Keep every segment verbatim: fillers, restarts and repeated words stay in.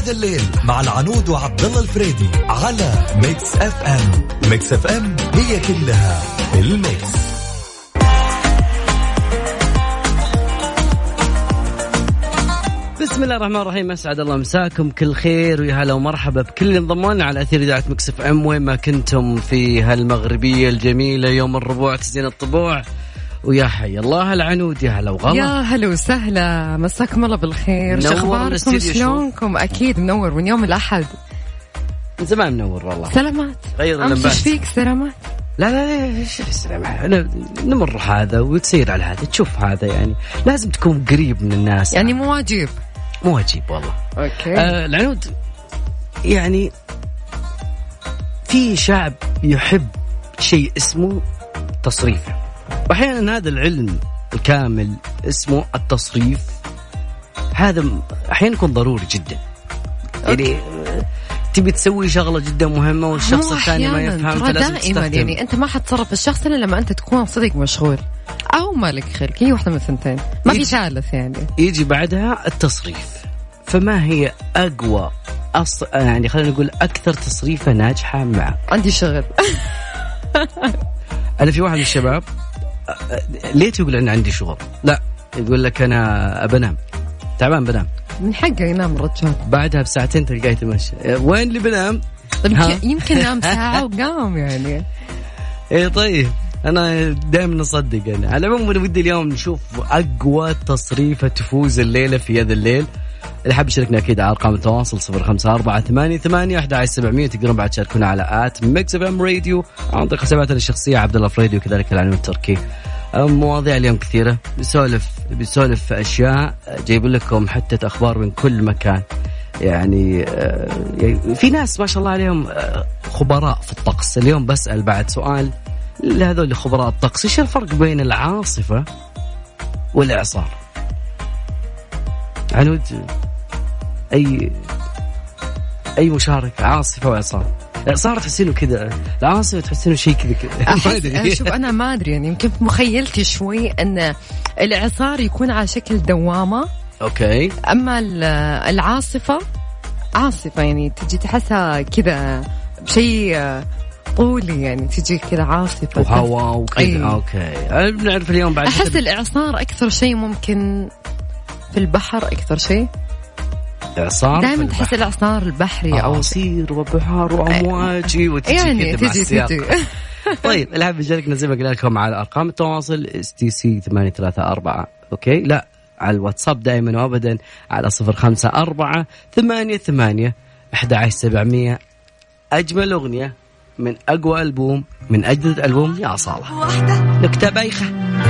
هذا الليل مع العنود وعبد الله الفريدي على ميكس اف ام. ميكس اف ام هي كلها الميكس. بسم الله الرحمن الرحيم. اسعد الله مساكم كل خير ويا هلا ومرحبا بكل اللي انضمونا على اثير اذاعه ميكس اف ام وين ما كنتم في هالمغربيه الجميله يوم الربوع تزين الطبوع. ويا حي الله العنود يا هلا وغلا. يا هلا وسهلا مساكم الله بالخير. شو اخباركم شلونكم؟ اكيد منور من يوم الاحد. من زمان منور والله. سلامات. غير اللمبات. فيك سلامات؟ لا لا لا ايش السلامات؟ انا نمر هذا وتصير على هذا تشوف هذا يعني لازم تكون قريب من الناس يعني مو واجب. مو واجب والله. اوكي. آه العنود يعني في شعب يحب شيء اسمه تصريفه. واحيانا هذا العلم الكامل اسمه التصريف هذا احيانا يكون ضروري جدا. يعني تبي تسوي شغله جدا مهمه والشخص الثاني ما يفهم فلازم تستخدم. يعني انت ما حتصرف الشخص الا لما انت تكون صدق مشغول او مالك خلق. هي واحده من الثنتين ما في ثالث. يعني يجي بعدها التصريف. فما هي اقوى أص... يعني خلينا نقول اكثر تصريفه ناجحه معك؟ عندي شغل. انا في واحد من الشباب ليه تقول أن عندي شغل؟ لا يقول لك أنا بنام تعبان بنام. من حقه ينام الرجال. بعدها بساعتين تلقاه يتمشى. وين اللي بنام؟ يمكن نام ساعة وقام يعني. إيه طيب أنا دائما نصدق. أنا على العموم ودي اليوم نشوف أقوى تصريفة تفوز الليلة في هذا الليل. اللي حاب يشاركنا أكيد على أرقام التواصل صفر خمسة أربعة ثمانية ثمانية واحد واحد سبعمية. تقدرون بعد تشاركونا على آت ميكس اف ام راديو عن طريق حساباتنا الشخصية عبد الله فريدي وكذلك العنوان التركي. مواضيع اليوم كثيرة بيسولف بيسولف في أشياء جايب لكم حتى أخبار من كل مكان. يعني في ناس ما شاء الله عليهم خبراء في الطقس. اليوم بسأل بعد سؤال لهذول خبراء الطقس إيش الفرق بين العاصفة والإعصار؟ عنود أي أي مشاركة عاصفة وإعصار؟ إعصار تحسينه كذا العاصفة تحسينه شيء كذا كذا. شوف أنا ما أدري يعني يمكن مخيلتي شوي أن الإعصار يكون على شكل دوامة. أوكي. أما العاصفة عاصفة يعني تجي تحسها كذا بشيء طولي يعني تجي كذا عاصفة وهواء وكذا. أوكي أنا بنعرف اليوم بعد. أحس الإعصار أكثر شيء ممكن في البحر أكثر شيء. إعصار دائما تحس الإعصار البحري أو عصير وبحار وأمواج وتجي يعني تجي تجي. طيب الحب يشاركنا زي ما قلنا لكم على أرقام التواصل اس تي سي ثمانية ثلاثة أربعة. أوكي لا على الواتساب دائما وأبدا على صفر خمسة أربعة ثمانية ثمانية واحد واحد سبعمية. أجمل أغنية من أقوى ألبوم من أجدد ألبوم يا صالح نكتة بايخة.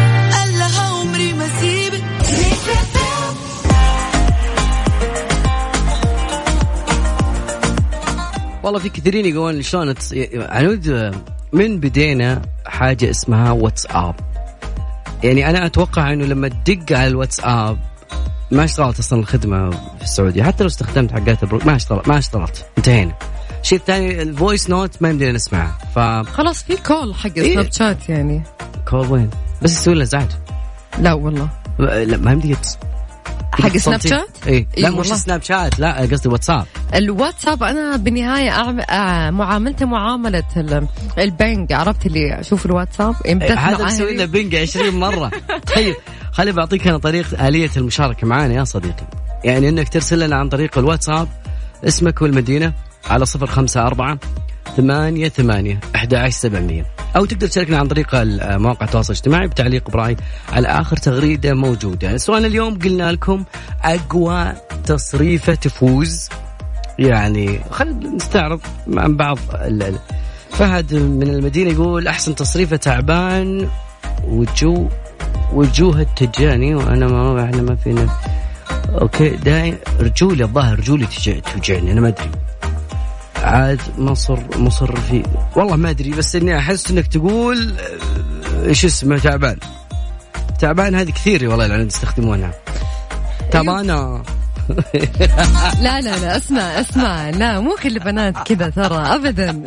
والله في كثيرين يقولون شلون عنود من بدينا حاجة اسمها واتساب. يعني أنا أتوقع أنه لما تدق على الواتساب ما اشتغلت أصلا الخدمة في السعودية. حتى لو استخدمت حقات البروك ما اشتغلت ما اشتغلت انتهينا. شيء ثاني الفويس نوت ما يمدينا نسمعها. ف خلاص في كول حق إيه؟ سناب شات يعني كول وين بس يسوي له إزعاج. لا والله لا ما يمدي يتصل حق سناب شات. إيه؟ لا مش سناب شات لا قصدي واتساب. الواتساب أنا بالنهاية أعمل آه معاملته معاملة البنك. عرفت اللي أشوف الواتساب إيه هذا نسوي له بنج عشرين مرة. طيب خلي بعطيك أنا طريق آلية المشاركة معانا يا صديقي. يعني إنك ترسل لنا عن طريق الواتساب اسمك والمدينة على صفر خمسة أربعة ثمانية ثمانية واحد واحد سبعمية. أو تقدر تشاركنا عن طريق مواقع التواصل الاجتماعي بتعليق برأي على آخر تغريدة موجودة. يعني سؤال اليوم قلنا لكم أقوى تصريفة تفوز. يعني خلينا نستعرض مع بعض. فهد من المدينة يقول أحسن تصريفة تعبان وجو وجوه التجاني وأنا ما إحنا ما فينا. أوكي داي رجولي الظاهر رجولي توجعني أنا ما أدري عاد مصر مصر في والله ما أدري بس إني أحس إنك تقول إيش اسمه تعبان تعبان هذه كثير والله لأن تستخدمونها تعبانة. لا لا لا اسمع اسمع لا مو كل البنات كذا ترى أبدا.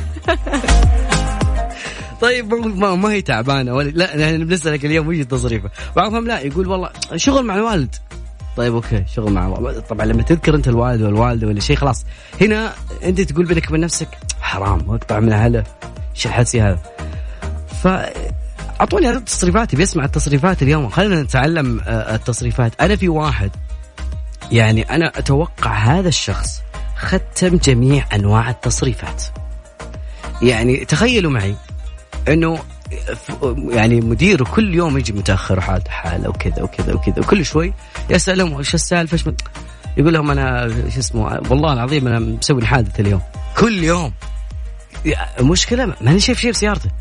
طيب ما ما هي تعبانة ولا لا. أنا بنسألك اليوم وش التصريفة. بعضهم لا يقول والله شغل مع الوالد طيب أوكي شغل مع طبعا لما تذكر أنت الوالد والوالدة ولا شيء خلاص هنا أنت تقول بينك وبين نفسك حرام واقطع من أهله شو الحسي هذا. فأعطوني هذه التصريفات بيسمع التصريفات اليوم خلينا نتعلم التصريفات. أنا في واحد يعني أنا أتوقع هذا الشخص ختم جميع أنواع التصريفات. يعني تخيلوا معي أنه يعني مديره كل يوم يجي متأخر وحالته حالة وكذا وكذا وكذا وكل شوي يسألهم وش السالفة ايش يقول لهم أنا شو اسمه والله العظيم أنا مسوي حادث اليوم. كل يوم مشكلة ما أنا شايف شيء بسيارته.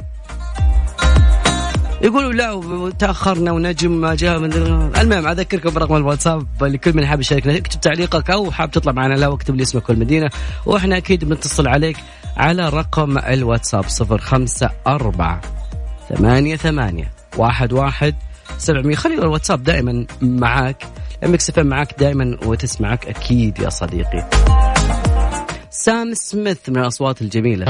يقولوا لا تأخرنا ونجم ما جاء. المهم أذكركم برقم الواتساب لكل من حاب يشاركنا. اكتب تعليقك أو حاب تطلع معنا لا واكتب لي اسمك والمدينة وإحنا أكيد بنتصل عليك على رقم الواتساب صفر خمسة أربعة ثمانية ثمانية واحد واحد سبعمية. خلي الواتساب دائما معاك ميكس اف ام معاك دائما وتسمعك أكيد يا صديقي. سام سميث من الأصوات الجميلة.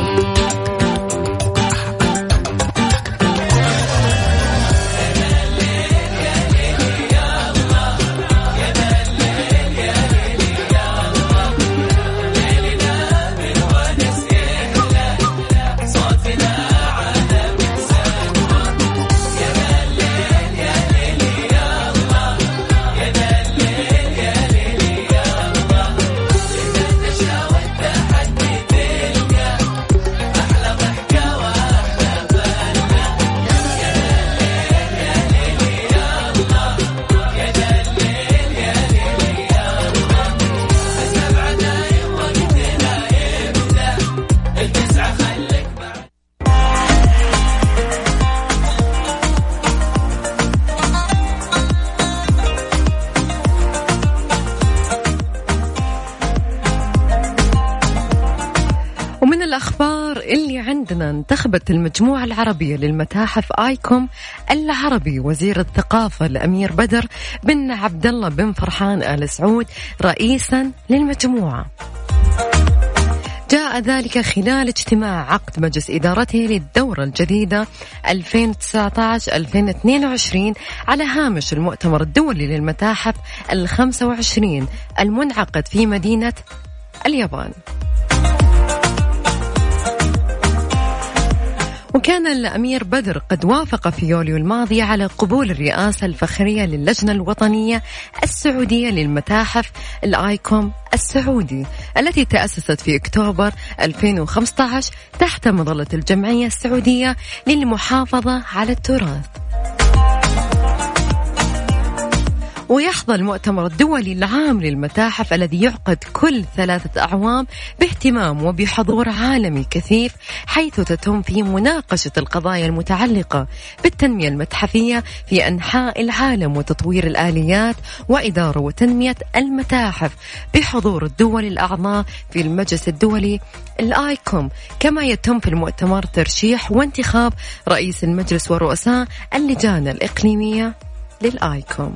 الأخبار اللي عندنا انتخبت المجموعة العربية للمتاحف آيكوم العربي وزير الثقافة الأمير بدر بن عبد الله بن فرحان آل سعود رئيسا للمجموعة. جاء ذلك خلال اجتماع عقد مجلس إدارته للدورة الجديدة ألفين وتسعة عشر ألفين واثنين وعشرين على هامش المؤتمر الدولي للمتاحف الخمسة وعشرين المنعقد في مدينة اليابان. وكان الأمير بدر قد وافق في يوليو الماضي على قبول الرئاسة الفخرية للجنة الوطنية السعودية للمتاحف الآيكوم السعودي التي تأسست في أكتوبر ألفين وخمسة عشر تحت مظلة الجمعية السعودية للمحافظة على التراث. ويحظى المؤتمر الدولي العام للمتاحف الذي يعقد كل ثلاثة أعوام باهتمام وبحضور عالمي كثيف حيث تتم فيه مناقشة القضايا المتعلقة بالتنمية المتحفية في أنحاء العالم وتطوير الآليات وإدارة وتنمية المتاحف بحضور الدول الأعضاء في المجلس الدولي الآيكوم. كما يتم في المؤتمر ترشيح وانتخاب رئيس المجلس ورؤساء اللجان الإقليمية للآيكوم.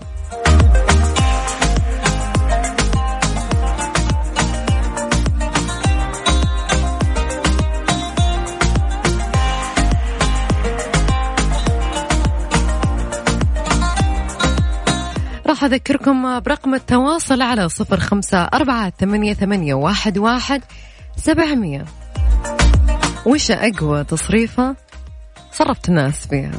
راح أذكركم برقم التواصل على صفر خمسة أربعة ثمانية ثمانية واحد واحد سبعمية. وش أقوى تصريفة صرفت الناس فيها؟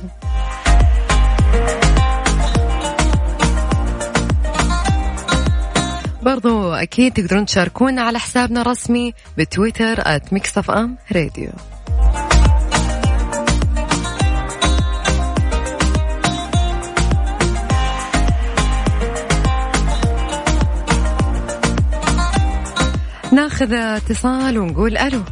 برضو أكيد تقدرون تشاركونا على حسابنا الرسمي بتويتر آت ميكس إف إم راديو. ناخذ اتصال ونقول ألو.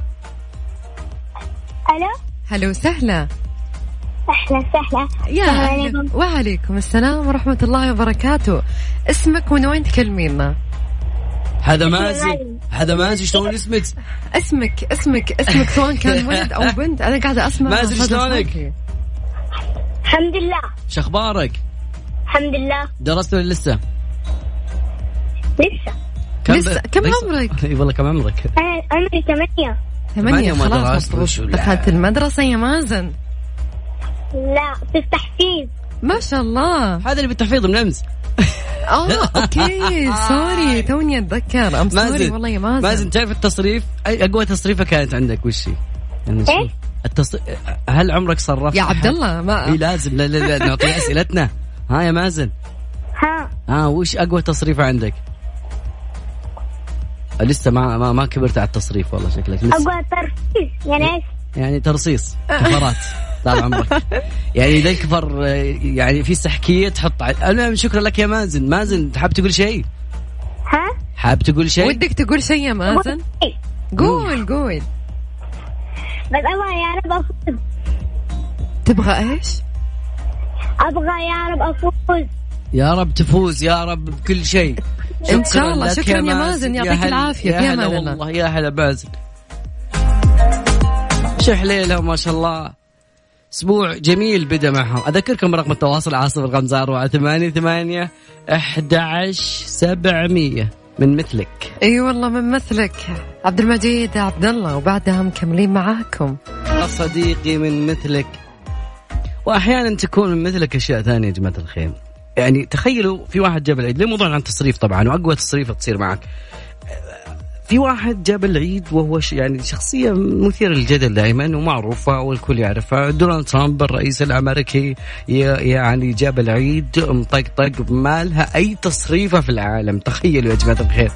ألو. هلو سهلة. أهلا سهلة. يا أهلا. وعليكم السلام ورحمة الله وبركاته. اسمك من وين تكلمينا؟ هذا مازن. هذا مازن شلون اسمك؟ اسمك اسمك اسمك سواء كان ولد أو بنت. أنا قاعدة أسمع. مازن شلونك؟ الحمد لله. شخبارك؟ الحمد لله. درست ولا لسه؟ لسه. كم لسه كم عمرك؟ اي والله كم عمرك؟ عمري ثمانية. ثمانية خلاص دخلت المدرسة يا مازن. لا في التحفيظ. ما شاء الله. هذا اللي بالتحفيظ من أمس. اه اوكي سوري توني اتذكر. ام سوري والله يا مازن. مازن تعرف التصريف؟ اقوى تصريفه كانت عندك وش هي؟ يعني إيه؟ التص... هل عمرك صرفت يا عبد الله؟ ما اي لازم لا لا, لا نعطي اسئلتنا. ها يا مازن، ها ها وش اقوى تصريفه عندك؟ لسه ما ما ما كبرت على التصريف والله شكلك لسه. أقوى ترصيص يعني إيش؟ يعني ترصيص كفرات طال عمرك. يعني إذا كفر يعني في سحكية تحط على. المهم شكرا لك يا مازن. مازن حاب تقول شيء؟ ها؟ حاب تقول شيء؟ ودك تقول شيء يا مازن؟ قول قول. بس أبغى يا رب أفوز. تبغى إيش؟ أبغى يا رب أفوز. يا رب تفوز يا رب بكل شيء. إن شاء الله. شكرا يا مازن يعطيك العافية. يا هلا والله يا هلا مازن. شح ليلة ما شاء الله. أسبوع جميل بدأ معهم. أذكركم رقم التواصل عاصف الخمسة أربعة ثمانية ثمانية أحد عشر سبعمية من مثلك. أي أيوة والله من مثلك عبد المجيد عبد الله. وبعدها مكملين معاكم صديقي من مثلك. وأحيانا تكون من مثلك أشياء ثانية يا جماعة الخير. يعني تخيلوا في واحد جاب العيد. ليه موضوع عن تصريف طبعا وأقوى تصريف تصير معك. في واحد جاب العيد وهو يعني شخصية مثيرة للجدل دائما ومعروفة والكل يعرفها. دونالد ترامب الرئيس الأمريكي يعني جاب العيد مطقطق ما لها أي تصريفة في العالم. تخيلوا يا جماعة الخير.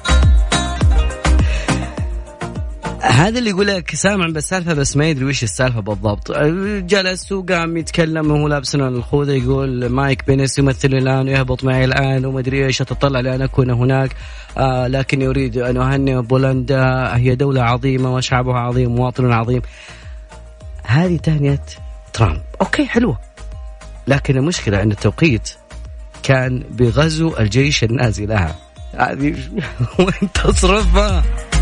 هذا اللي يقول لك سامع بالسالفة بس ما يدري وش السالفة بالضبط. جلس وقام يتكلم وهو لابس الخوذة يقول مايك بينس يمثل الآن ويهبط معي الآن وما أدري إيش أتطلع لأن أكون هناك. آه لكن يريد أن أهنئ بولندا هي دولة عظيمة وشعبها عظيم ومواطن عظيم. هذه تهنئة ترامب أوكي حلوة. لكن المشكلة أن التوقيت كان بغزو الجيش النازي لها. هذه وين تصرفها؟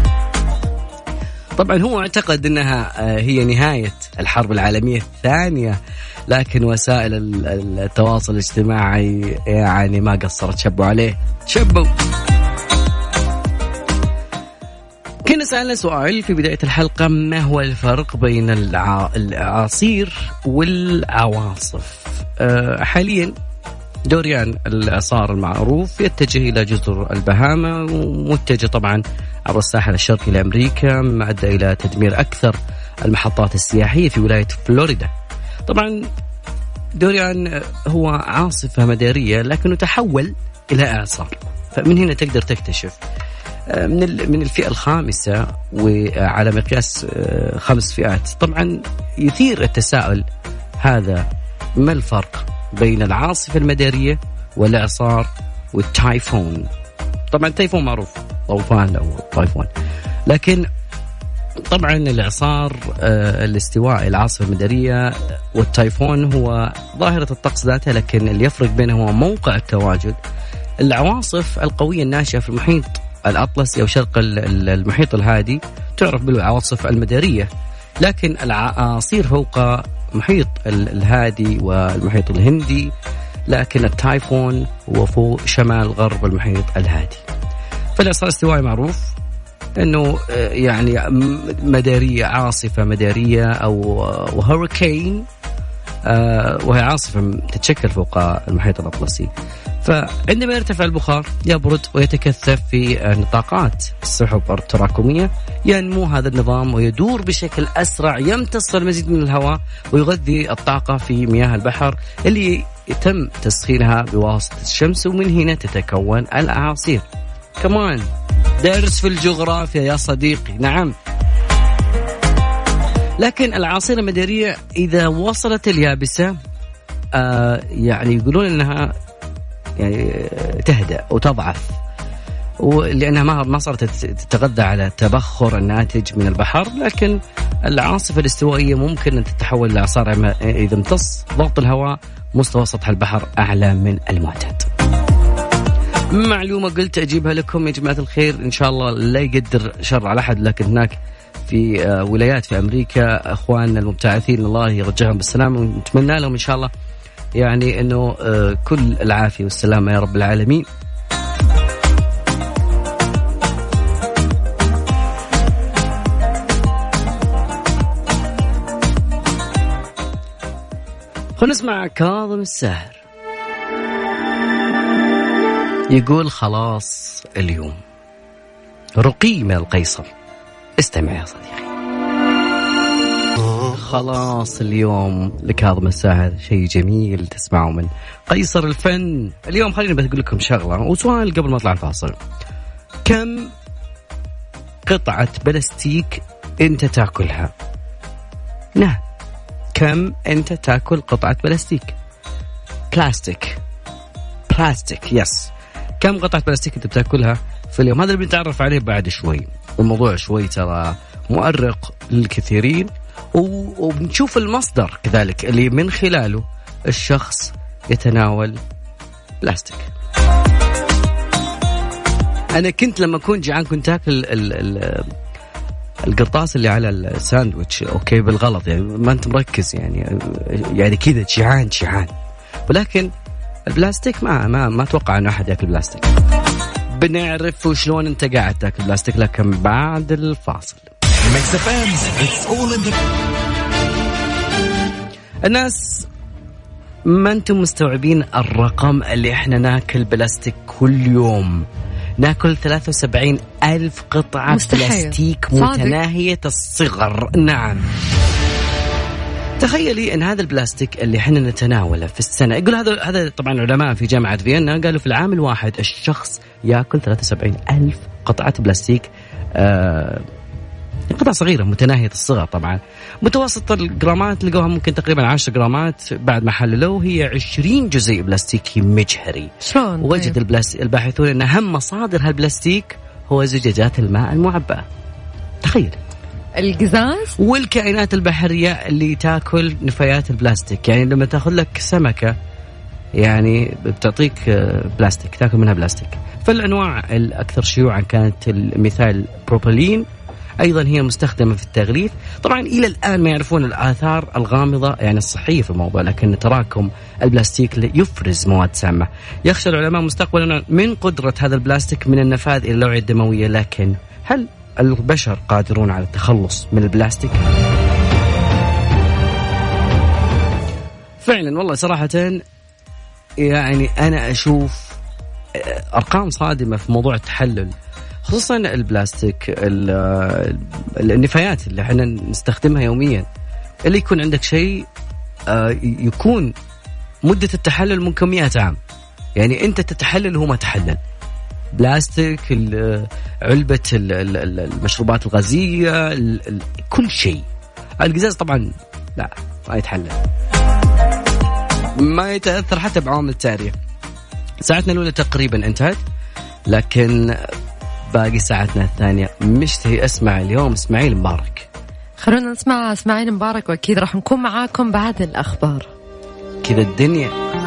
طبعا هو اعتقد أنها هي نهاية الحرب العالمية الثانية. لكن وسائل التواصل الاجتماعي يعني ما قصرت شبوا عليه شبوا. كنا سألنا سؤال في بداية الحلقة: ما هو الفرق بين الأعاصير والعواصف؟ أه حاليا دوريان الإعصار المعروف يتجه إلى جزر البهاما ومتجه طبعا عبر الساحل الشرقي لأمريكا مما أدى إلى تدمير أكثر المحطات السياحية في ولاية فلوريدا. طبعا دوريان هو عاصفة مدارية لكنه تحول إلى إعصار. فمن هنا تقدر تكتشف من من الفئة الخامسة وعلى مقياس خمس فئات. طبعا يثير التساؤل هذا: ما الفرق بين العاصفة المدارية والإعصار والتايفون؟ طبعا التايفون معروف طوفان أو طايفون، لكن طبعا الإعصار الاستوائي العاصفة المدارية والتايفون هو ظاهرة الطقس ذاتها، لكن اللي يفرق بينهم هو موقع التواجد. العواصف القوية الناشئة في المحيط الأطلسي أو شرق المحيط الهادي تعرف بالعواصف المدارية، لكن الأعاصير فوق محيط الهادي والمحيط الهندي، لكن التايفون هو فوق شمال غرب المحيط الهادي. فالإعصار الاستوائي معروف أنه يعني مدارية، عاصفة مدارية أو هوريكين، وهي عاصفة تتشكل فوق المحيط الأطلسي. فعندما يرتفع البخار يبرد ويتكثف في نطاقات السحب التراكمية، ينمو هذا النظام ويدور بشكل أسرع، يمتص المزيد من الهواء ويغذي الطاقة في مياه البحر اللي يتم تسخينها بواسطة الشمس، ومن هنا تتكون الأعاصير. كمان درس في الجغرافيا يا صديقي. نعم، لكن الأعاصير المدارية إذا وصلت اليابسة آه يعني يقولون أنها يعني تهدأ وتضعف، لأنها ما ما صارت تتغذى على التبخر الناتج من البحر. لكن العاصفة الاستوائية ممكن أن تتحول إلى إعصار إذا امتص ضغط الهواء مستوى سطح البحر أعلى من المعتاد. معلومة قلت أجيبها لكم يا جماعة الخير، إن شاء الله لا يقدر شر على أحد، لكن هناك في ولايات في أمريكا أخواننا المبتعثين الله يرجعهم بالسلامة، ونتمنى لهم إن شاء الله يعني أنه كل العافية والسلامة يا رب العالمين. خلنا نسمع كاظم الساهر. يقول خلاص اليوم رقي من القيصر. استمع يا صديقي. خلاص اليوم لكاظم الساهر شيء جميل تسمعه من قيصر الفن. اليوم خليني بقول لكم شغلة وسؤال قبل ما اطلع الفاصل. كم قطعة بلاستيك انت تاكلها؟ نعم، كم انت تاكل قطعة بلاستيك؟ بلاستيك بلاستيك يس. كم قطعة بلاستيك انت بتاكلها في اليوم؟ هذا اللي بنتعرف عليه بعد شوي. الموضوع شوي ترى مؤرق للكثيرين، وبنشوف المصدر كذلك اللي من خلاله الشخص يتناول بلاستيك. أنا كنت لما كنت جعان كنت أكل ال ال القرطاس اللي على الساندويتش أوكي بالغلط، يعني ما أنت مركز، يعني يعني كذا جعان جعان. ولكن البلاستيك ما ما ما أتوقع أن أحد يأكل بلاستيك. بنعرف وشلون أنت قاعد تأكل بلاستيك لكن بعد الفاصل. الناس ما أنتم مستوعبين الرقم اللي إحنا ناكل بلاستيك كل يوم. ناكل ثلاثة وسبعين ألف قطعة مستحيل. بلاستيك متناهية الصغر. نعم، تخيلي أن هذا البلاستيك اللي إحنا نتناوله في السنة، يقول هذا هذا طبعا علماء في جامعة فيينا قالوا في العام الواحد الشخص يأكل ثلاثة وسبعين ألف قطعة بلاستيك، آه قطع صغيرة متناهية الصغر. طبعا متوسط الجرامات لقوها ممكن تقريبا عشر جرامات، بعد ما حللوه هي عشرين جزيء بلاستيكي مجهري. وجد البلاستيك الباحثون أن أهم مصادر هالبلاستيك هو زجاجات الماء المعبأة. تخيل القزاز والكائنات البحرية اللي تاكل نفايات البلاستيك. يعني لما تاخذ لك سمكة يعني بتعطيك بلاستيك، تاكل منها بلاستيك. فالأنواع الأكثر شيوعا كانت الميثايل بروبيلين، أيضا هي مستخدمة في التغليف. طبعا إلى الآن ما يعرفون الآثار الغامضة يعني الصحية في الموضوع، لكن تراكم البلاستيك يفرز مواد سامة. يخشى العلماء مستقبلا من قدرة هذا البلاستيك من النفاذ إلى الأوعية الدموية، لكن هل البشر قادرون على التخلص من البلاستيك؟ فعلا والله صراحة يعني أنا أشوف أرقام صادمة في موضوع التحلل، خصوصا البلاستيك، النفايات اللي احنا نستخدمها يوميا. اللي يكون عندك شيء يكون مدة التحلل ممكن مئة عام، يعني أنت تتحلل وهو ما تحلل. بلاستيك، علبة المشروبات الغازية، كل شيء. القزاز طبعا لا ما يتحلل، ما يتأثر حتى بعوامل التعرية. ساعتنا الأولى تقريبا انتهت، لكن باقي ساعتنا الثانية مشتهي أسمع اليوم إسماعيل مبارك. خلونا نسمع إسماعيل مبارك، وأكيد راح نكون معاكم بعد الأخبار. كذا الدنيا.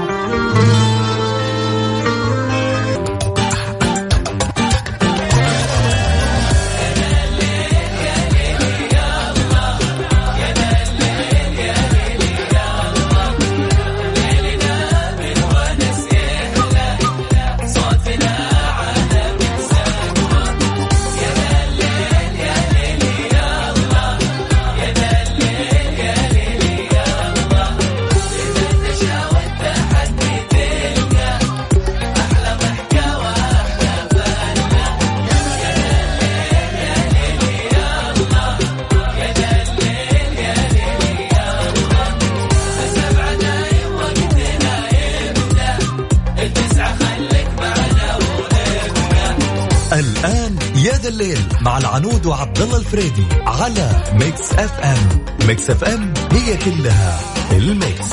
الآن يا ذا الليل مع العنود وعبد الله الفريدي على ميكس اف ام. ميكس اف ام هي كلها الميكس.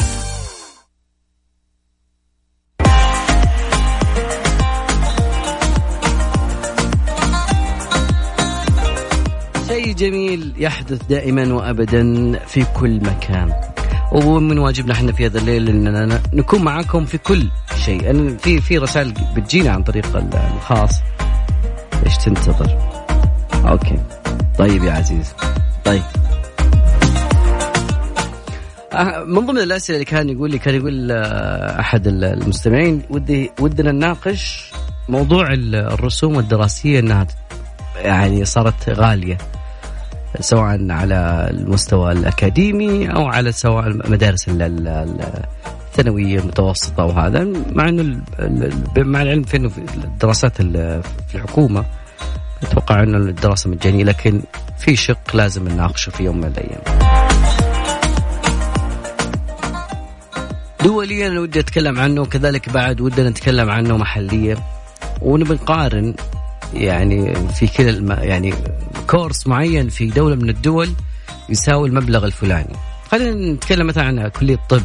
شيء جميل يحدث دائما وأبدا في كل مكان، ومن واجبنا احنا في هذا الليل اننا نكون معاكم في كل شيء. أنا في في رسائل بتجينا عن طريق الخاص. ايش تنتظر؟ اوكي طيب يا عزيز. طيب من ضمن الأسئلة اللي كان يقول لي كان يقول أحد المستمعين ودي ودنا نناقش موضوع الرسوم الدراسية أنها يعني صارت غالية، سواء على المستوى الأكاديمي أو على سواء المدارس ثانوية متوسطة وهذا، مع إنه مع العلم في إنه في الدراسات في الحكومة أتوقع إنه الدراسة مجانية، لكن في شق لازم نناقشه في يوم من الأيام. دوليا أنا ودي أتكلم عنه، وكذلك بعد ودنا نتكلم عنه محليا، ونبي نقارن يعني في كذا يعني كورس معين في دولة من الدول يساوي المبلغ الفلاني. خلينا نتكلم مثلا عن كلية الطب،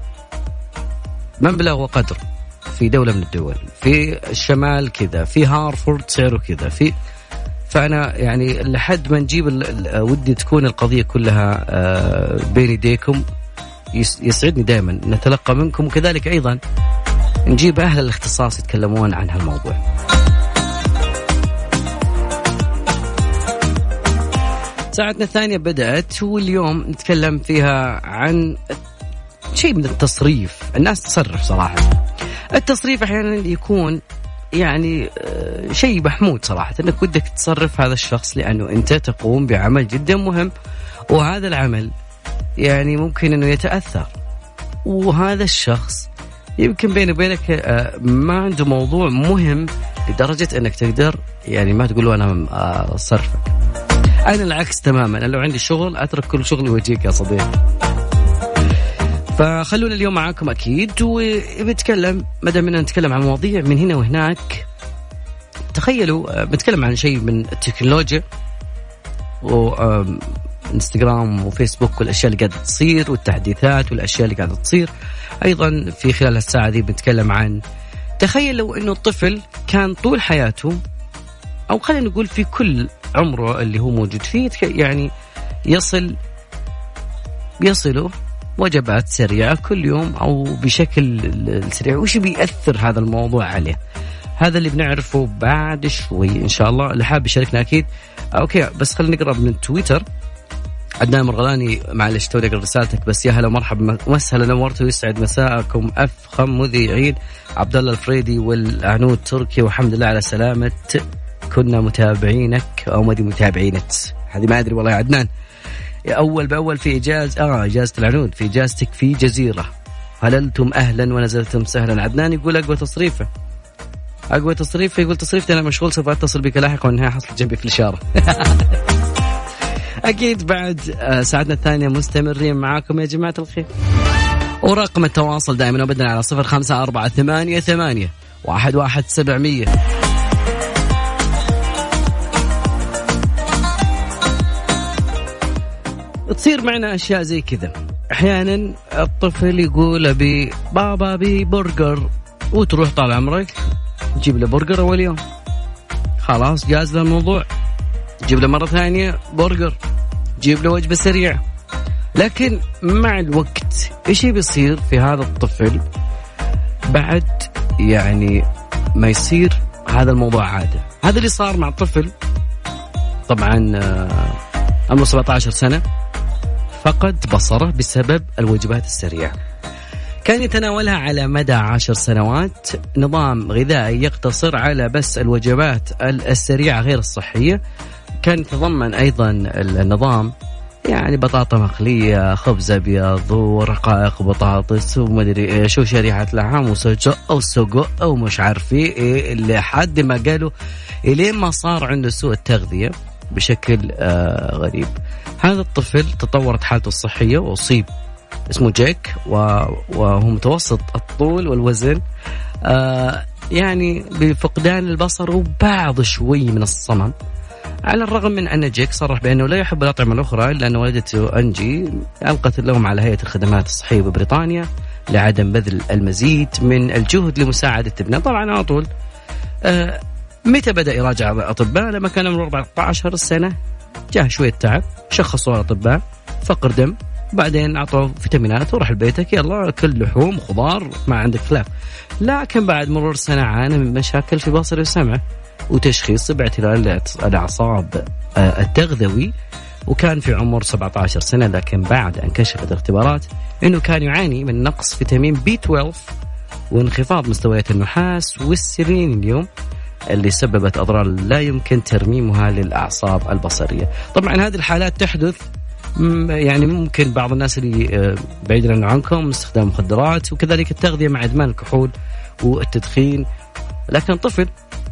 مبلغ وقدر في دولة من الدول، في الشمال كذا، في هارفورد سعره كذا، في فأنا يعني لحد ما نجيب ودي تكون القضية كلها بين يديكم. يسعدني دائما نتلقى منكم، وكذلك أيضا نجيب أهل الاختصاص يتكلمون عن هالموضوع. ساعتنا الثانية بدأت، واليوم نتكلم فيها عن شيء من التصريف. الناس تصرف صراحة، التصريف أحيانا يكون يعني شيء محمود صراحة، أنك ودك تصرف هذا الشخص لأنه أنت تقوم بعمل جدا مهم، وهذا العمل يعني ممكن أنه يتأثر، وهذا الشخص يمكن بيني وبينك ما عنده موضوع مهم لدرجة أنك تقدر يعني ما تقول أنا أصرفك. أنا العكس تماما، أنا لو عندي شغل أترك كل شغلي وأجيك يا صديقي. فخلونا اليوم معاكم أكيد، وبتكلم مدام أننا نتكلم عن مواضيع من هنا وهناك. تخيلوا بنتكلم عن شيء من التكنولوجيا وإنستغرام وفيسبوك والأشياء اللي قاعدة تصير والتحديثات والأشياء اللي قاعدة تصير. أيضا في خلال الساعة دي بنتكلم عن تخيل لو أنه الطفل كان طول حياته، أو خلينا نقول في كل عمره اللي هو موجود فيه، يعني يصل يصله وجبات سريعة كل يوم أو بشكل سريع. وش بيأثر هذا الموضوع عليه؟ هذا اللي بنعرفه بعد شوي إن شاء الله. اللي حاب يشاركنا أكيد أوكي، بس خلينا نقرأ من تويتر. عدنان مرغلاني معلش توني أقرأ رسالتك، بس يا هلا مرحبا وسهلا، نورتوا ويسعد مساءكم أفخم مذيعين عبد الله الفريدي والعنود تركي، والحمد لله على سلامة كنا متابعينك أو مدي متابعينك، هذه ما أدري والله يا عدنان. أول بأول في إجازة آه إجازة العنود، في إجازتك في جزيرة، هللتم أهلا ونزلتم سهلا. عدنان يقول أقوى تصريفه، أقوى تصريفه يقول تصريفتي أنا مشغول سوف أتصل بك لاحقا، وإنها حصل جنبي في الإشارة. أكيد بعد ساعتنا الثانية مستمرين معاكم يا جماعة الخير، ورقم التواصل دائما وبدنا على صفر خمسة أربعة ثمانية ثمانية واحد واحد سبعمية. تصير معنا أشياء زي كذا أحيانا. الطفل يقول أبي بابا بي برجر، وتروح طال عمرك تجيب له برجر أول يوم، خلاص جاز له الموضوع، تجيب له مرة ثانية برجر، تجيب له وجبة سريعة. لكن مع الوقت إيش بيصير في هذا الطفل بعد يعني ما يصير هذا الموضوع عادة؟ هذا اللي صار مع الطفل طبعا عمره سبعة عشر سنة، فقد بصره بسبب الوجبات السريعة. كان يتناولها على مدى عشر سنوات، نظام غذائي يقتصر على بس الوجبات السريعة غير الصحية. كان يتضمن أيضا النظام يعني بطاطا مقلية، خبز أبيض، ورقائق بطاطس، ومدري إيش، وشريحة لحم، وسجق أو سجق أو مش عارفي إيه، لحد ما قالوا إلين ما صار عنده سوء التغذية بشكل آه غريب. هذا الطفل تطورت حالته الصحية وأصيب، اسمه جيك، وهو متوسط الطول والوزن، آه يعني بفقدان البصر وبعض شوي من الصمم. على الرغم من أن جيك صرح بأنه لا يحب الأطعمة الأخرى، إلا أن والدته أنجي ألقت اللوم على هيئة الخدمات الصحية ببريطانيا لعدم بذل المزيد من الجهد لمساعدة ابنه. طبعا على طول آه متى بدأ يراجع الأطباء؟ لما كان عمره أربعة عشر سنة جاء شوية تعب، شخصوا الأطباء فقر دم، بعدين أعطوا فيتامينات وراح لبيتك يلا كل لحوم خضار ما عندك خلاف. لكن بعد مرور سنة عانى من مشاكل في بصره وسمعه، وتشخيص باعتلال الأعصاب التغذوي، وكان في عمر سبعة عشر سنة. لكن بعد أن كشفت الاختبارات أنه كان يعاني من نقص فيتامين بي اثنا عشر وانخفاض مستويات النحاس والسيلينيوم اللي سببت أضرار لا يمكن ترميمها للأعصاب البصرية. طبعا هذه الحالات تحدث يعني ممكن بعض الناس اللي بعيدا عنكم استخدام مخدرات، وكذلك التغذية مع إدمان الكحول والتدخين. لكن الطفل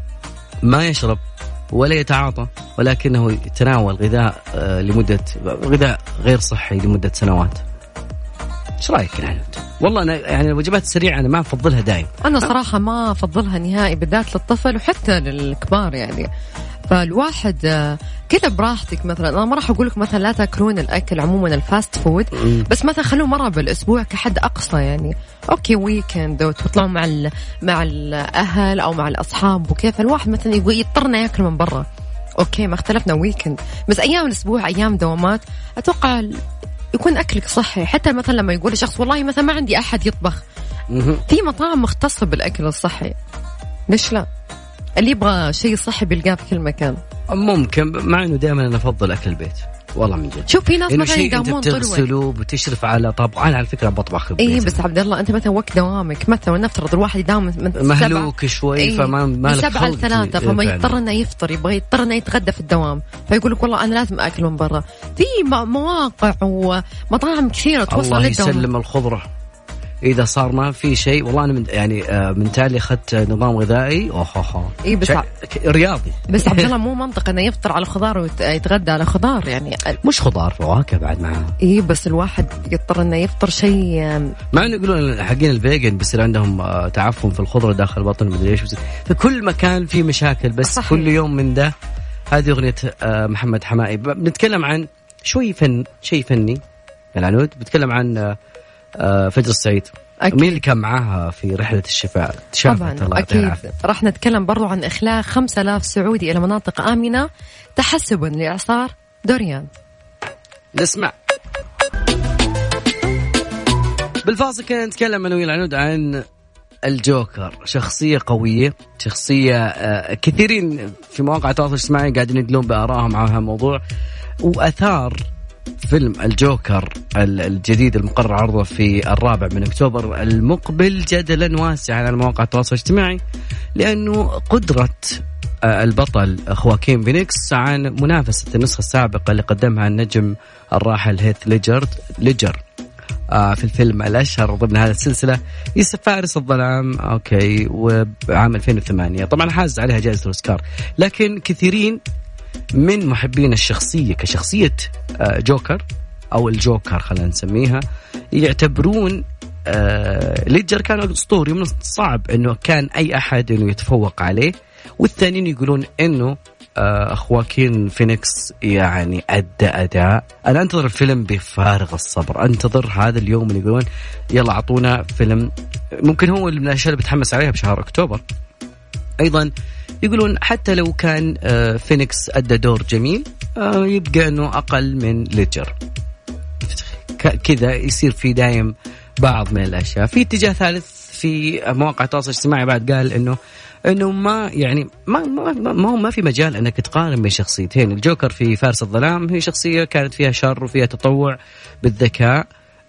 ما يشرب ولا يتعاطى، ولكنه يتناول غذاء لمدة غذاء غير صحي لمدة سنوات. ايش رايك يا عنود؟ والله انا يعني الوجبات السريعه انا ما افضلها دايم. انا صراحه ما افضلها نهائي، بالذات للطفل وحتى للكبار يعني. فالواحد كذا براحتك، مثلا انا ما راح اقول لك مثلا لا تاكلون الاكل عموما الفاست فود، بس مثلا خلوه مره بالاسبوع كحد اقصى يعني. اوكي ويكند وتطلعوا مع مع الاهل او مع الاصحاب وكيف الواحد مثلا يقول يضطرنا ياكل من برا، اوكي ما اختلفنا ويكند، بس ايام الاسبوع ايام دوامات اتوقع يكون أكلك صحي. حتى مثلا لما يقول شخص والله مثلا ما عندي أحد يطبخ، في مطاعم مختصة بالأكل الصحي، ليش لا؟ اللي يبغى شيء صحي بيلقاه في كل مكان. ممكن، مع إنه دائما أنا أفضل أكل البيت والله من جد. شوف في ناس مثلا يداومون طول الوقت تغسله وتشرف على طبخ. أنا على فكرة بطبخ البيت. إيه بس عبد الله أنت مثلا وقت دوامك مثلا نفترض الواحد يداوم من مهلوك شوي إيه فما ما سبعة لثلاثة، فما يضطر إنه يفطر، يبغى يضطر إنه يتغدى في الدوام، فيقول لك والله أنا لازم أكل من برا. في مواقع ومطاعم كثيرة توصل الله للدوام. يسلم الخضرة إذا صار ما في شيء. والله أنا من يعني من تالي أخذت نظام غذائي أوه أوه إيه بس ع... رياضي. بس عبد الله مو منطق إنه يفطر على خضار ويتغدى على خضار يعني. مش خضار فواكه بعد معاه. إيه بس الواحد يضطر إنه يفطر شيء. مع إنه يقولون حقين الفيجن بيصير عندهم تعفن في الخضرة داخل البطن مدري إيش، في كل مكان في مشاكل. بس صحيح. كل يوم من ده. هذه أغنية محمد حمائي. بنتكلم عن شوي فن، شيء فني العنود. بتكلم عن فجر السعيد. أكيد. مين اللي كان معاها في رحلة الشفاء؟ طبعا أكيد راح نتكلم برضو عن إخلاء خمسة آلاف سعودي إلى مناطق آمنة تحسبا لإعصار دوريان. نسمع. بالفاصل كنا نتكلم أنا ويا العنود عن الجوكر، شخصية قوية، شخصية كثيرين في مواقع التواصل الاجتماعي قاعدين يدلون بآرائهم على هالموضوع، وأثار فيلم الجوكر الجديد المقرر عرضه في الرابع من أكتوبر المقبل جدلا واسعا على مواقع التواصل الاجتماعي، لأنه قدرة البطل خواكين فينيكس عن منافسة النسخة السابقة اللي قدمها النجم الراحل هيث ليجر ليجر في الفيلم الأشهر ضمن هذه السلسلة يوسف فارس الظلام. أوكي وعام ألفين وثمانية طبعا حاز عليها جائزة الأوسكار. لكن كثيرين من محبين الشخصية كشخصية جوكر أو الجوكر خلينا نسميها يعتبرون ليجر كان أسطوري، من الصعب أنه كان أي أحد أنه يتفوق عليه، والثانيين يقولون أنه خواكين فينيكس يعني أدى أداء. أنا أنتظر الفيلم بفارغ الصبر، أنتظر هذا اليوم اللي يقولون يلا عطونا فيلم. ممكن هو من الأشياء اللي بتحمس عليها بشهر أكتوبر. أيضا يقولون حتى لو كان فينيكس أدى دور جميل يبقى أنه أقل من ليجر، كذا يصير في دايم بعض من الأشياء. في اتجاه ثالث في مواقع التواصل الاجتماعي بعد قال إنه إنه ما يعني ما ما ما هو ما في مجال أنك تقارن بين شخصيتين. الجوكر في فارس الظلام هي شخصية كانت فيها شر وفيها تطوع بالذكاء،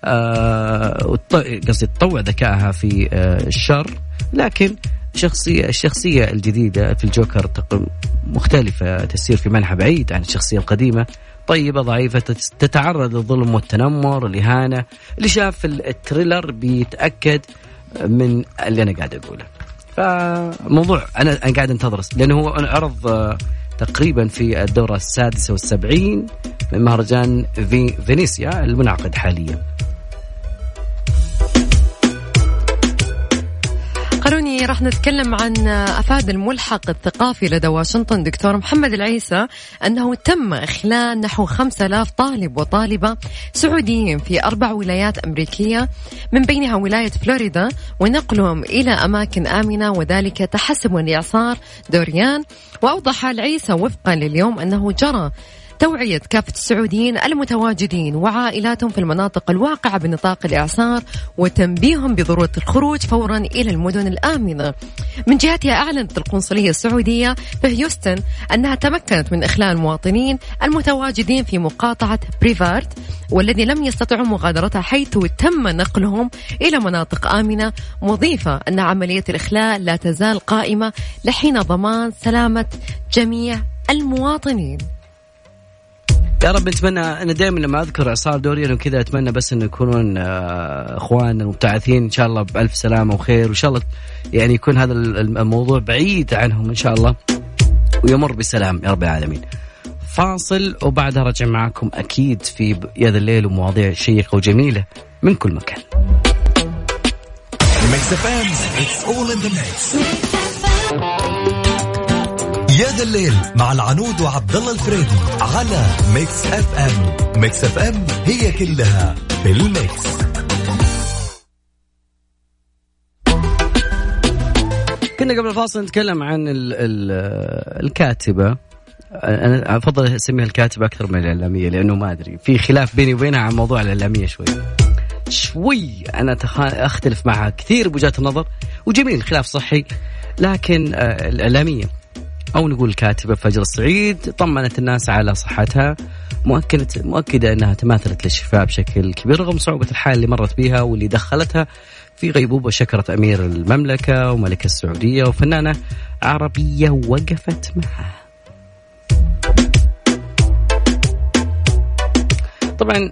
آه قصدي تطوع ذكائها في آه الشر، لكن شخصية الشخصية الجديدة في الجوكر مختلفة، تسير في منحى بعيد عن الشخصية القديمة، طيبة ضعيفة تتعرض للظلم والتنمر والإهانة. اللي شاف التريلر بيتأكد من اللي أنا قاعد أقوله. فموضوع أنا أنا قاعد أنتظر لأنه هو عرض تقريبا في الدورة السادسة والسبعين من مهرجان في فينيسيا المنعقد حاليا. قروني راح نتكلم عن أفاد الملحق الثقافي لدى واشنطن دكتور محمد العيسى أنه تم إخلاء نحو خمسة آلاف طالب وطالبة سعوديين في أربع ولايات أمريكية من بينها ولاية فلوريدا، ونقلهم إلى أماكن آمنة وذلك تحسبا لإعصار دوريان. وأوضح العيسى وفقا لليوم أنه جرى توعية كافة السعوديين المتواجدين وعائلاتهم في المناطق الواقعة بنطاق الإعصار وتنبيههم بضرورة الخروج فورا إلى المدن الآمنة. من جهتها أعلنت القنصلية السعودية في هيوستن أنها تمكنت من إخلاء المواطنين المتواجدين في مقاطعة بريفارد والذي لم يستطيعوا مغادرتها، حيث تم نقلهم إلى مناطق آمنة، مضيفة أن عملية الإخلاء لا تزال قائمة لحين ضمان سلامة جميع المواطنين. يا رب نتمنى. أنا دائما لما أذكر إعصار دوريان وكذا أتمنى بس إنه يكونون إخواننا المبتعثين إن شاء الله بألف سلامة وخير، وإن شاء الله يعني يكون هذا الموضوع بعيد عنهم إن شاء الله ويمر بسلام يا رب العالمين. فاصل وبعدها رجع معكم أكيد في يا ذا الليل ومواضيع شيقة وجميلة من كل مكان. يا ذا الليل مع العنود وعبد الله الفريدي على ميكس اف ام. ميكس اف ام هي كلها في الميكس. كنا قبل الفاصل نتكلم عن ال ال الكاتبة. أنا أفضل أسميها الكاتبة أكثر من الإعلامية لأنه ما أدري في خلاف بيني وبينها عن موضوع الإعلامية شوي شوي أنا أختلف معها كثير بوجهات النظر وجميل خلاف صحي، لكن الإعلامية أو نقول الكاتبة فجر السعيد طمنت الناس على صحتها، مؤكدة مؤكدة أنها تماثلت للشفاء بشكل كبير رغم صعوبة الحال اللي مرت بها واللي دخلتها في غيبوبة. شكرت أمير المملكة وملكة السعودية وفنانة عربية وقفت معها. طبعا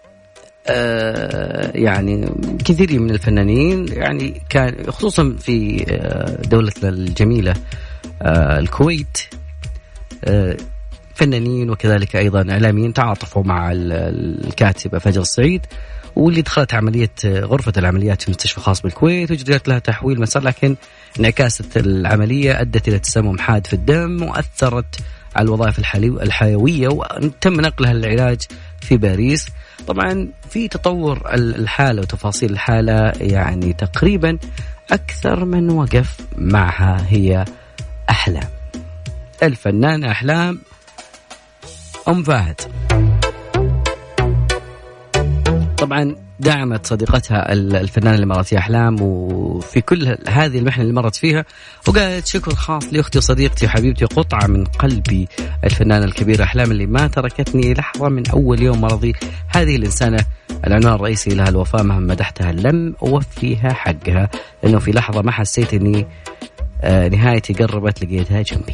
آه يعني كثير من الفنانين يعني كان خصوصا في آه دولتنا الجميلة آه الكويت آه فنانين وكذلك أيضا إعلاميين تعاطفوا مع الكاتبة فجر السعيد واللي دخلت عملية غرفة العمليات في مستشفى خاص بالكويت وجرت لها تحويل مسار، لكن انعكاست العملية أدت إلى تسمم حاد في الدم وأثرت على الوظائف الحيوية وتم نقلها للعلاج في باريس. طبعا في تطور الحالة وتفاصيل الحالة يعني تقريبا أكثر من وقف معها هي أحلام الفنانة أحلام أم فهد. طبعا دعمت صديقتها الفنانة الإماراتية أحلام وفي كل هذه المحنة اللي مرت فيها، وقالت شكر خاص لأختي وصديقتي وحبيبتي قطعة من قلبي الفنانة الكبيرة أحلام اللي ما تركتني لحظة من أول يوم مرضي. هذه الإنسانة العنوان الرئيسي لها الوفاء، مهما مدحتها لم أوفيها حقها لأنه في لحظة ما حسيت أني آه نهايتي قربت لقيتها جنبي.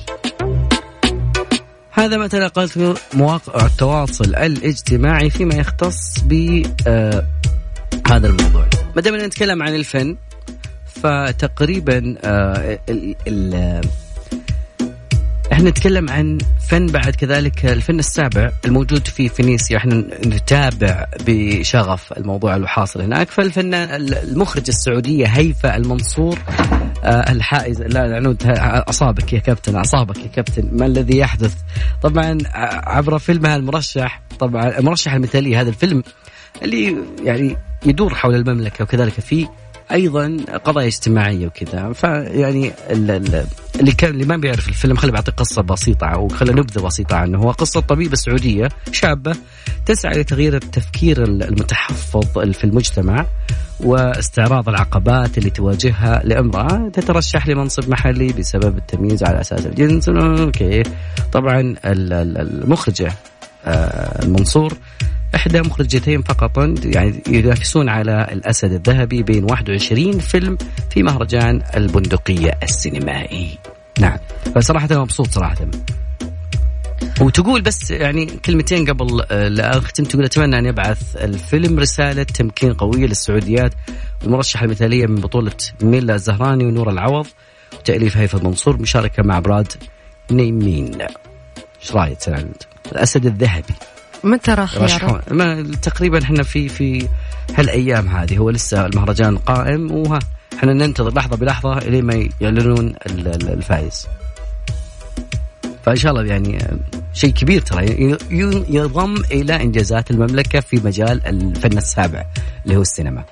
هذا ما تناقلته مواقع التواصل الاجتماعي فيما يختص بهذا آه الموضوع. ما دام نتكلم عن الفن فتقريبا آه ال ال احنا نتكلم عن فن بعد كذلك الفن السابع الموجود في فينيسيا. احنا نتابع بشغف الموضوع الحاصل هناك. فالفنان المخرج السعودية هيفاء المنصور آه الحائز لا العنود أصابك يا كابتن أصابك يا كابتن ما الذي يحدث. طبعا عبر فيلمها المرشح طبعا المرشح المثالي، هذا الفيلم اللي يعني يدور حول المملكة وكذلك فيه أيضا قضايا اجتماعية وكذا. فيعني اللي كان اللي ما بيعرف الفيلم خلي بعطي قصة بسيطة أو خلي نبذة بسيطة عنه. هو قصة طبيبة سعودية شابة تسعى لتغيير التفكير المتحفظ في المجتمع واستعراض العقبات اللي تواجهها لامرأة تترشح لمنصب محلي بسبب التمييز على أساس الجنس. أوكي. طبعا المخرجة المنصور إحدى مخرجتين فقط يعني ينافسون على الأسد الذهبي بين واحد وعشرين فيلم في مهرجان البندقية السينمائي. نعم فصراحة مبسوط صراحة. وتقول بس يعني كلمتين قبل لا أختم، تقول أتمنى أن يبعث الفيلم رسالة تمكين قوية للسعوديات. المرشحة المثالية من بطولة ميلا الزهراني ونور العوض وتأليف هيفاء المنصور مشاركة مع براد نيمين. إيش رأيك سلام؟ الأسد الذهبي متى راح يعرض؟ ما تقريبا احنا في في هالايام هذه هو لسه المهرجان قائم وها احنا ننتظر لحظه بلحظه الى ما يعلنون الفائز. فان شاء الله يعني شيء كبير ترى يضم الى انجازات المملكه في مجال الفن السابع اللي هو السينما.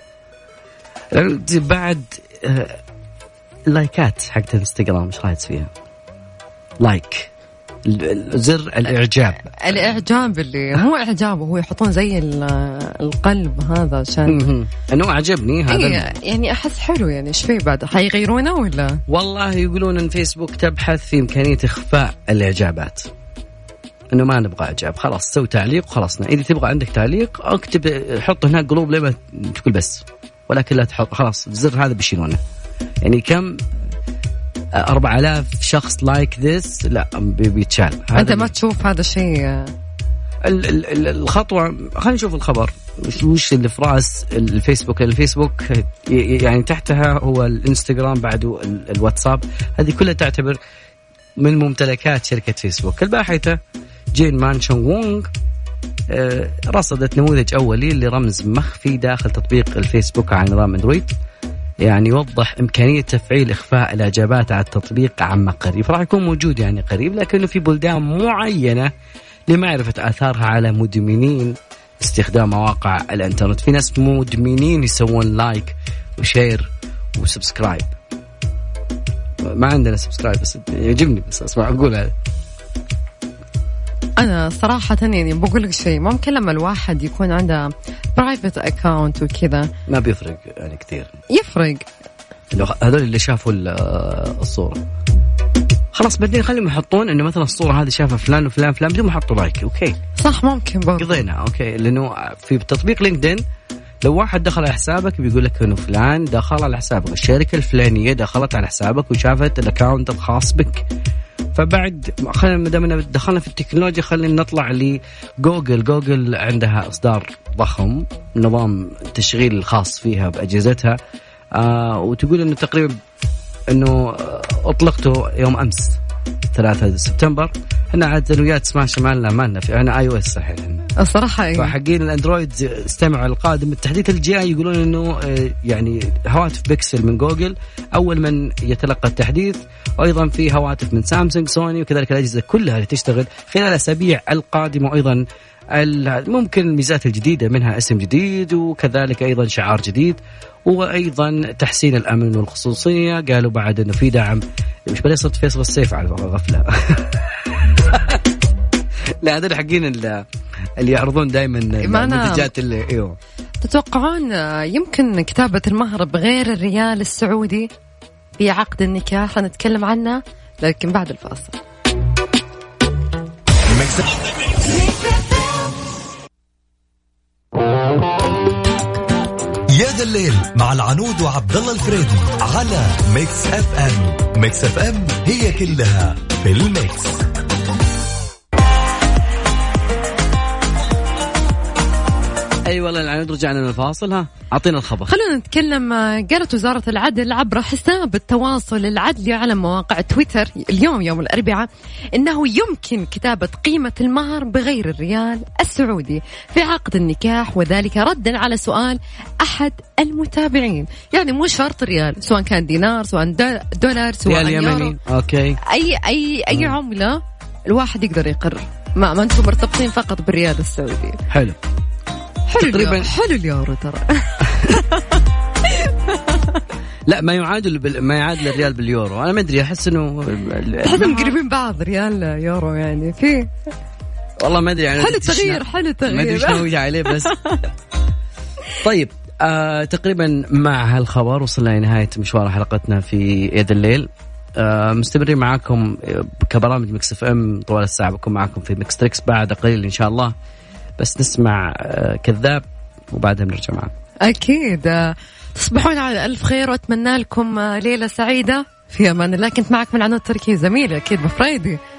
بعد اللايكات حقت الانستغرام ايش رايك فيها؟ لايك زر الإعجاب الإعجاب اللي مو إعجاب هو يحطون زي القلب هذا عشان أنه عجبني هذا إيه يعني أحس حلو. يعني إيش فيه بعد حيغيرونه ولا؟ والله يقولون إن فيسبوك تبحث في إمكانية إخفاء الإعجابات، إنه ما نبغى إعجاب خلاص سوي تعليق وخلصنا. إذا تبغى عندك تعليق أكتب حط هناك قلوب لما تقول بس، ولكن لا تحط خلاص الزر هذا بيشيلونه. يعني كم أربع آلاف شخص لايك ذس لا بيتشال. أنت ما تشوف هذا الشيء الخطوة خلينا نشوف الخبر وش اللي في راس الفيسبوك. الفيسبوك يعني تحتها هو الانستغرام بعده الواتساب، هذه كلها تعتبر من ممتلكات شركة فيسبوك. الباحثة جين مانشون وونغ رصدت نموذج أولي لرمز مخفي داخل تطبيق الفيسبوك على نظام اندرويد، يعني يوضح إمكانية تفعيل إخفاء الإعجابات على التطبيق عما قريب. راح يكون موجود يعني قريب، لكنه في بلدان معينة لمعرفة آثارها على مدمنين استخدام مواقع الانترنت. في ناس مدمنين يسوون لايك وشير وسبسكرايب. ما عندنا سبسكرايب بس يعجبني بس اسمع اقول هذا. انا صراحه يعني بقول لك شيء، ممكن لما الواحد يكون عنده برايفت اكاونت وكذا ما بيفرق يعني كثير. يفرق هذول اللي شافوا الصوره خلاص بعدين خليهم يحطون انه مثلا الصوره هذه شافها فلان وفلان فلان بدون ما يحطوا لايك. اوكي صح ممكن برضه قضينا. اوكي لانه في تطبيق لينكدين لو واحد دخل على حسابك بيقول لك انه فلان دخل على حسابك، الشركه الفلانيه دخلت على حسابك وشافت الاكاونت الخاص بك. فبعد خلينا ما دامنا دخلنا في التكنولوجيا خلينا نطلع لجوجل. جوجل عندها اصدار ضخم نظام التشغيل الخاص فيها باجهزتها، آه وتقول انه تقريبا انه اطلقته يوم امس ثلاثة سبتمبر. احنا عاد ويات سماش مالنا مالنا في انا اي او اس الحين الصراحه يعني. فحقين الاندرويد استمعوا القادم التحديث الجاي يقولون انه يعني هواتف بيكسل من جوجل اول من يتلقى التحديث، وايضا في هواتف من سامسونج سوني وكذلك الاجهزه كلها اللي تشتغل خلال الاسابيع القادمه. وايضا ممكن الميزات الجديده منها اسم جديد وكذلك ايضا شعار جديد وايضا تحسين الامن والخصوصيه. قالوا بعد انه في دعم مش بلي صرت فيصل السيف على غفله لا هذول حقين اللي يعرضون دائما المنتجات اللي ايوه. تتوقعون يمكن كتابه المهر بغير الريال السعودي في عقد النكاح؟ نتكلم عنه لكن بعد الفاصل. يا ذا الليل مع العنود وعبد الله الفريدي على ميكس اف ام. ميكس اف ام هي كلها في الميكس. اي أيوة والله العنود رجعنا من الفاصل. ها اعطينا الخبر. خلونا نتكلم. قالت وزارة العدل عبر حساب التواصل العدلي على مواقع تويتر اليوم يوم الأربعاء إنه يمكن كتابة قيمة المهر بغير الريال السعودي في عقد النكاح، وذلك ردا على سؤال أحد المتابعين. يعني مو شرط ريال، سواء كان دينار سواء دولار سواء يورو. أوكي. أي أي أي عملة الواحد يقدر يقرر. ما ما أنتم مرتبطين فقط بالريال السعودي. حلو. حلو تقريبا حلو اليورو ترى. لا ما يعادل بال... ما يعادل الريال باليورو. انا ما ادري احس انه احنا قريبين بعض ريال يورو يعني في والله ما ادري يعني حلو تغيير حلو تغيير ما ادري ايش ناوي عليه بس طيب آه تقريبا مع هالخبر وصلنا لنهايه مشوار حلقتنا في يد الليل. آه مستمرين معاكم كبرامج ميكس اف ام طوال الساعه، بكون معاكم في ميكس تريكس بعد قليل ان شاء الله. بس نسمع كذاب وبعدها بنرجع معاكم. أكيد. تصبحون على ألف خير وأتمنى لكم ليلة سعيدة في أمان الله. كنت معك من عنود تركي زميلي أكيد بفريدي.